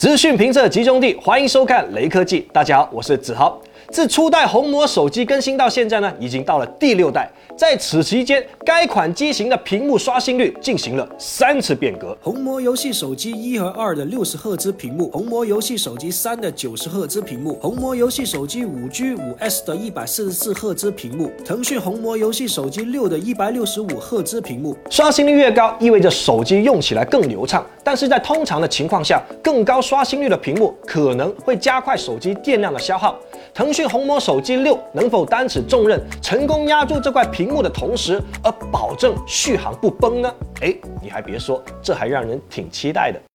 资讯评测集中地，欢迎收看雷科技。大家好，我是子豪。自初代红魔手机更新到现在呢，已经到了第6代。在此期间，该款机型的屏幕刷新率进行了3次变革。 红魔游戏手机1和2的60赫兹屏幕，红魔游戏手机3的90赫兹屏幕，红魔游戏手机5G 5S 的144赫兹屏幕，腾讯红魔游戏手机6的165赫兹屏幕。 刷新率越高，意味着手机用起来更流畅。但是在通常的情况下，更高刷新率的屏幕可能会加快手机电量的消耗。腾讯红魔手机6能否担此重任，成功压住这块屏幕的同时，而保证续航不崩呢？你还别说，这还让人挺期待的。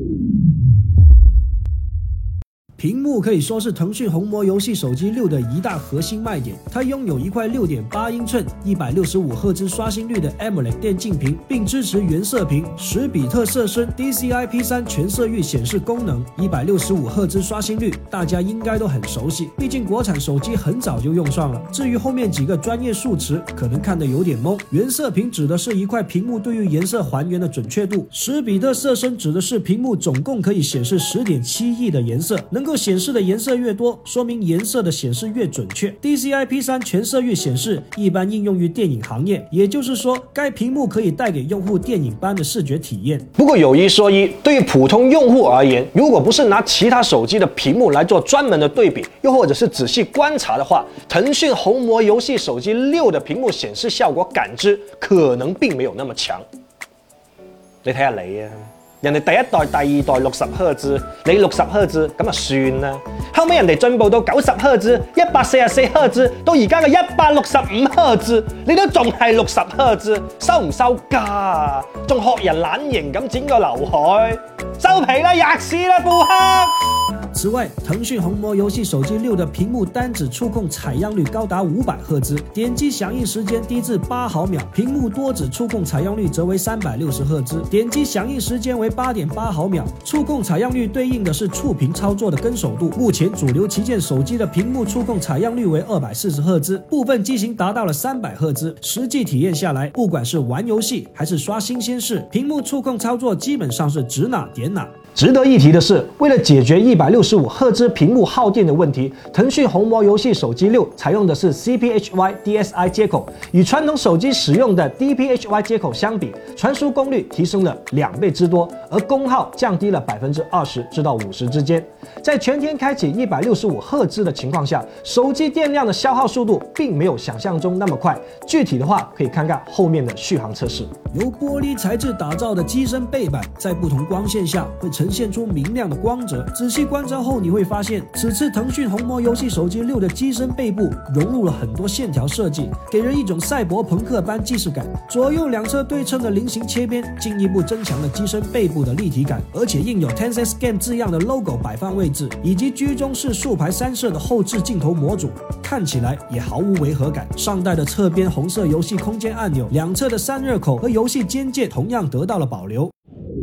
屏幕可以说是腾讯红魔游戏手机6的一大核心卖点，它拥有一块6.8英寸、165赫兹刷新率的 AMOLED 电竞屏，并支持原色屏、10比特色深 DCI-P3 全色域显示功能。165赫兹刷新率，大家应该都很熟悉，毕竟国产手机很早就用上了。至于后面几个专业数词，可能看得有点懵。原色屏指的是一块屏幕对于颜色还原的准确度，10比特色深指的是屏幕总共可以显示 10.7 亿的颜色，能够显示的颜色越多，说明颜色的显示越准确。DCI-P3 全色域显示一般应用于电影行业，也就是说，该屏幕可以带给用户电影般的视觉体验。 不过有一说一，对于普通用户而言，如果不是拿其他手机的屏幕来做专门的对比，又或者是仔细观察的话，腾讯红魔游戏手机6的屏幕显示效果感知可能并没有那么强。你睇下你啊！人哋第1代、第2代60赫兹，你60赫兹咁就算啦。後尾人哋進步到90赫茲、144赫茲，到而家嘅165赫茲，你都仲係60赫茲，收唔收家啊？仲學人懶型咁剪個劉海，收皮啦，吔屎啦，顧客！ 此外，腾讯红魔游戏手机6的屏幕单指触控采样率高达500赫兹，点击响应时间低至8毫秒；屏幕多指触控采样率则为360赫兹，点击响应时间为8.8毫秒。触控采样率对应的是触屏操作的跟手度。目前主流旗舰手机的屏幕触控采样率为240赫兹，部分机型达到了300赫兹。实际体验下来，不管是玩游戏还是刷新鲜事，屏幕触控操作基本上是指哪点哪。 值得一提的是，为了解决165赫兹屏幕耗电的问题，腾讯红魔游戏手机6采用的是 CPHY DSI 接口，与传统手机使用的 DPHY 接口相比，传输功率提升了2倍之多，而功耗降低了20%至到50%之间。在全天开启165赫兹的情况下，手机电量的消耗速度并没有想象中那么快。具体的话，可以看看后面的续航测试。 由玻璃材质打造的机身背板，在不同光线下会呈现出明亮的光泽。仔细观察后，你会发现，此次腾讯红魔游戏手机6的机身背部融入了很多线条设计，给人一种赛博朋克般既视感。左右两侧对称的菱形切边，进一步增强了机身背部的立体感，而且印有 Tencent Game 字样的 logo 摆放位置，以及居中式竖排3摄的后置镜头模组，看起来也毫无违和感。上代的侧边红色游戏空间按钮，两侧的散热口和游戏间界同样得到了保留。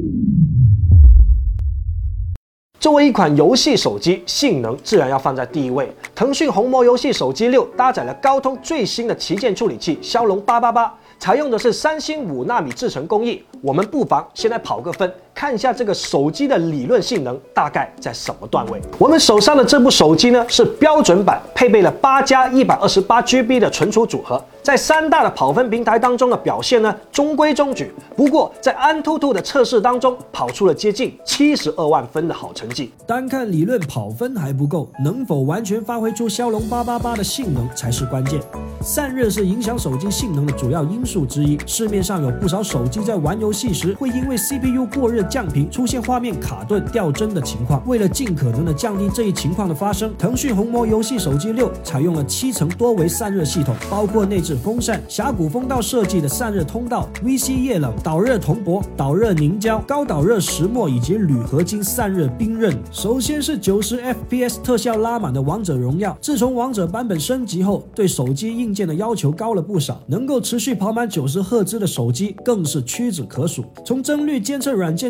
作为一款游戏手机，性能自然要放在第一位。腾讯红魔游戏手机6搭载了高通最新的旗舰处理器骁龙888，采用的是3星5纳米制程工艺。我们不妨先来跑个分，看一下这个手机的理论性能大概在什么段位。我们手上的这部手机呢是标准版，配备了8+128GB 的存储组合，在3大的跑分平台当中的表现呢中规中矩。不过在AnTuTu的测试当中，跑出了接近72万分的好成绩。 单看理论跑分还不够，能否完全发挥出骁龙888的性能才是关键。散热是影响手机性能的主要因素之一，市面上有不少手机在玩游戏时会因为 CPU 过热降频，出现画面卡顿、掉帧的情况。为了尽可能的降低这一情况的发生，腾讯红魔游戏手机6采用了7层多维散热系统，包括内置风扇、峡谷风道设计的散热通道、VC 液冷、导热铜箔、导热凝胶、高导热石墨以及铝合金散热冰刃。首先是90 FPS 特效拉满的王者荣耀，自从王者版本升级后，对手机硬件的要求高了不少，能够持续跑满90赫兹的手机更是屈指可数。从帧率监测软件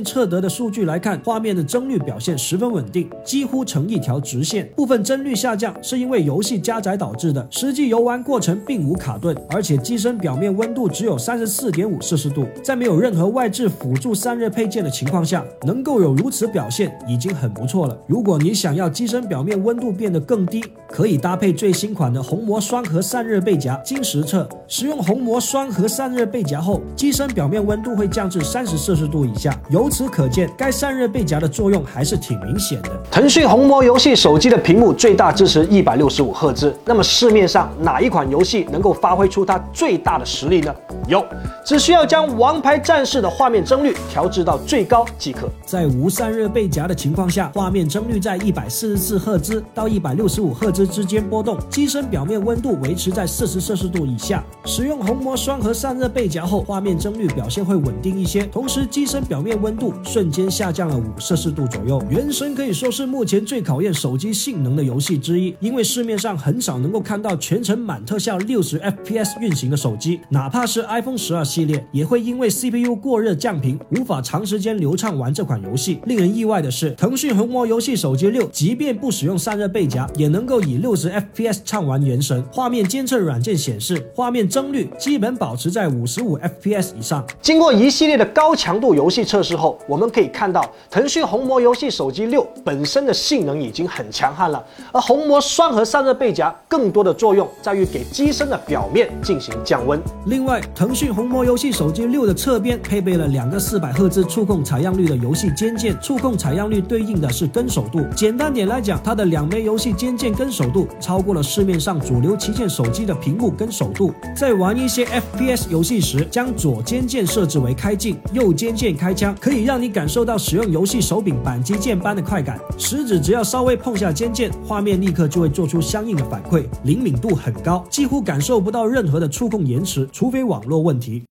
测得的数据来看，画面的帧率表现十分稳定，几乎成一条直线。部分帧率下降是因为游戏加载导致的，实际游玩过程并无卡顿，而且机身表面温度只有34.5摄氏度，在没有任何外置辅助散热配件的情况下，能够有如此表现已经很不错了。如果你想要机身表面温度变得更低，可以搭配最新款的虹膜双核散热背夹。经实测，使用虹膜双核散热背夹后，机身表面温度会降至30摄氏度以下。由此可见，该散热背夹的作用还是挺明显的。 腾讯虹膜游戏手机的屏幕最大支持165赫兹，那么市面上哪一款游戏能够发挥出它最大的实力呢？有，只需要将《王牌战士》的画面帧率调至到最高即可。 在无散热背夹的情况下，画面帧率在144赫兹到165赫兹之间波动，机身表面温度维持在40摄氏度以下。使用虹膜双核散热背夹后，画面帧率表现会稳定一些，同时机身表面温度瞬间下降了5摄氏度左右。原神可以说是目前最考验手机性能的游戏之一，因为市面上很少能够看到全程满特效60 FPS 运行的手机，哪怕是 iPhone 12系列也会因为 CPU 过热降频，无法长时间流畅玩这款游戏。令人意外的是，腾讯虹膜游戏手机6即便不使用散热背夹，也能够以60 FPS 畅玩原神。画面监测软件显示，画面帧率基本保持在55 FPS 以上。 经过一系列的高强度游戏测试后，我们可以看到腾讯虹膜游戏手机6本身的性能已经很强悍了，而虹膜双核散热背夹更多的作用在于给机身的表面进行降温。 另外，腾讯虹膜游戏手机6的侧边配备了2个400赫兹触控采样率的游戏肩键，触控采样率对应的是跟手度。简单点来讲，它的2枚游戏肩键跟手度超过了市面上主流旗舰手机的屏幕跟手度。在玩一些 FPS 游戏时，将左肩键设置为开镜，右肩键开枪，可以让你感受到使用游戏手柄扳机键般的快感。食指只要稍微碰下肩键，画面立刻就会做出相应的反馈，灵敏度很高，几乎感受不到任何的触控延迟，除非网络问题。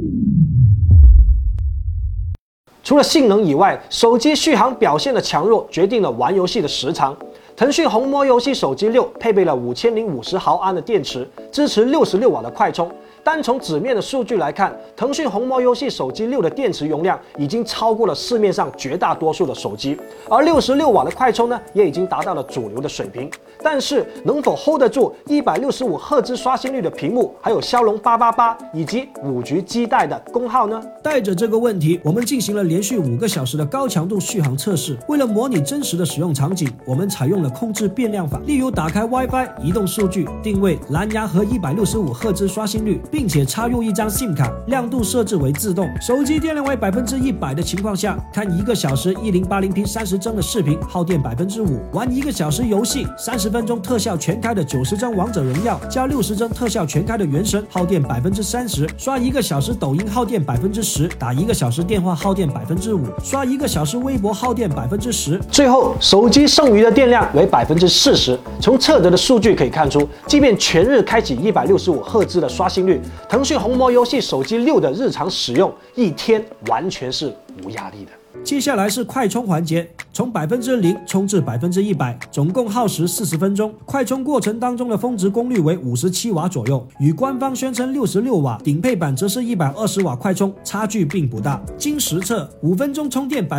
除了性能以外，手机续航表现的强弱决定了玩游戏的时长。腾讯虹膜游戏手机6配备了5050毫安的电池，支持66瓦的快充。单从纸面的数据来看，腾讯虹膜游戏手机6的电池容量已经超过了市面上绝大多数的手机，而66瓦的快充呢，也已经达到了主流的水平。但是能否 hold 得住165赫兹刷新率的屏幕，还有骁龙888以及5G 基带的功耗呢？ 带着这个问题，我们进行了连续5个小时的高强度续航测试。为了模拟真实的使用场景，我们采用了控制变量法，例如打开 WiFi、移动数据、定位、蓝牙和165赫兹刷新率，并且插入一张 SIM 卡，亮度设置为自动。手机电量为100%的情况下，看1个小时 1080p 30帧的视频耗电5%，玩1个小时游戏30分钟特效全开的90帧王者荣耀加60帧特效全开的原神耗电30%，刷1个小时抖音耗电10%，打1个小时电话耗电5%，刷1个小时微博耗电10%。 最后，手机剩余的电量为40%。从测得的数据可以看出，即便全日开启165赫兹的刷新率，腾讯虹膜游戏手机6的日常使用1天完全是无压力的。 接下来是快充环节，从0%充至100%，总共耗时40分钟。快充过程当中的峰值功率为57瓦左右，与官方宣称66瓦，顶配版则是120瓦快充，差距并不大。经实测，5分钟充电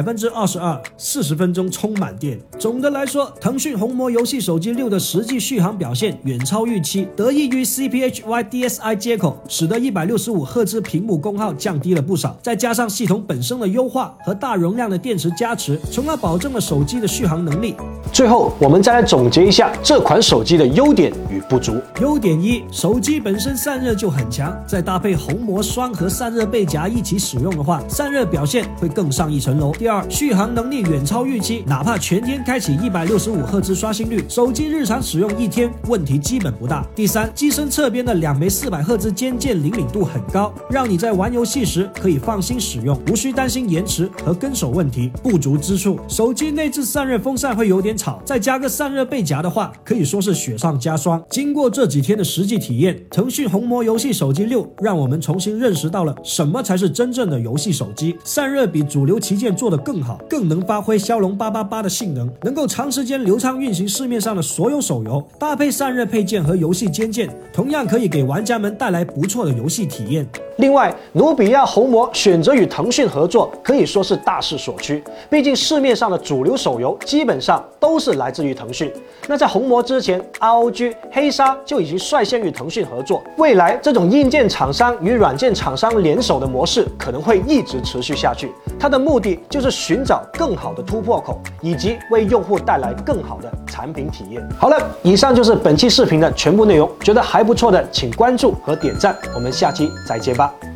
22%，40分钟充满电。总的来说，腾讯虹膜游戏手机6的实际续航表现远超预期，得益于 CPHY DSI 接口，使得165赫兹屏幕功耗降低了不少，再加上系统本身的优化和大容量的电池加持，从而保证了手机的续航能力。 最后，我们再来总结一下这款手机的优点与不足。 优点1，手机本身散热就很强，再搭配虹膜双核散热背夹一起使用的话，散热表现会更上一层楼。第二，续航能力远超预期，哪怕全天开启165赫兹刷新率，手机日常使用1天问题基本不大。第三，机身侧边的2枚400赫兹肩键灵敏度很高，让你在玩游戏时可以放心使用，无需担心延迟和跟手问题。不足之处，手机内置散热风扇会有点吵，再加个散热背夹的话，可以说是雪上加霜。经过这几天的实际体验，腾讯虹膜游戏手机6让我们重新认识到了什么才是真正的游戏手机。散热比主流旗舰做得更好，更能发挥骁龙888的性能，能够长时间流畅运行市面上的所有手游，搭配散热配件和游戏肩键，同样可以给玩家们带来不错的游戏体验。 另外，努比亚虹膜选择与腾讯合作，可以说是大大势所趋。毕竟市面上的主流手游基本上都是来自于腾讯。那在红魔之前 ，ROG、黑鲨就已经率先与腾讯合作。未来这种硬件厂商与软件厂商联手的模式可能会一直持续下去。它的目的就是寻找更好的突破口，以及为用户带来更好的产品体验。好了，以上就是本期视频的全部内容。觉得还不错的，请关注和点赞。我们下期再见吧。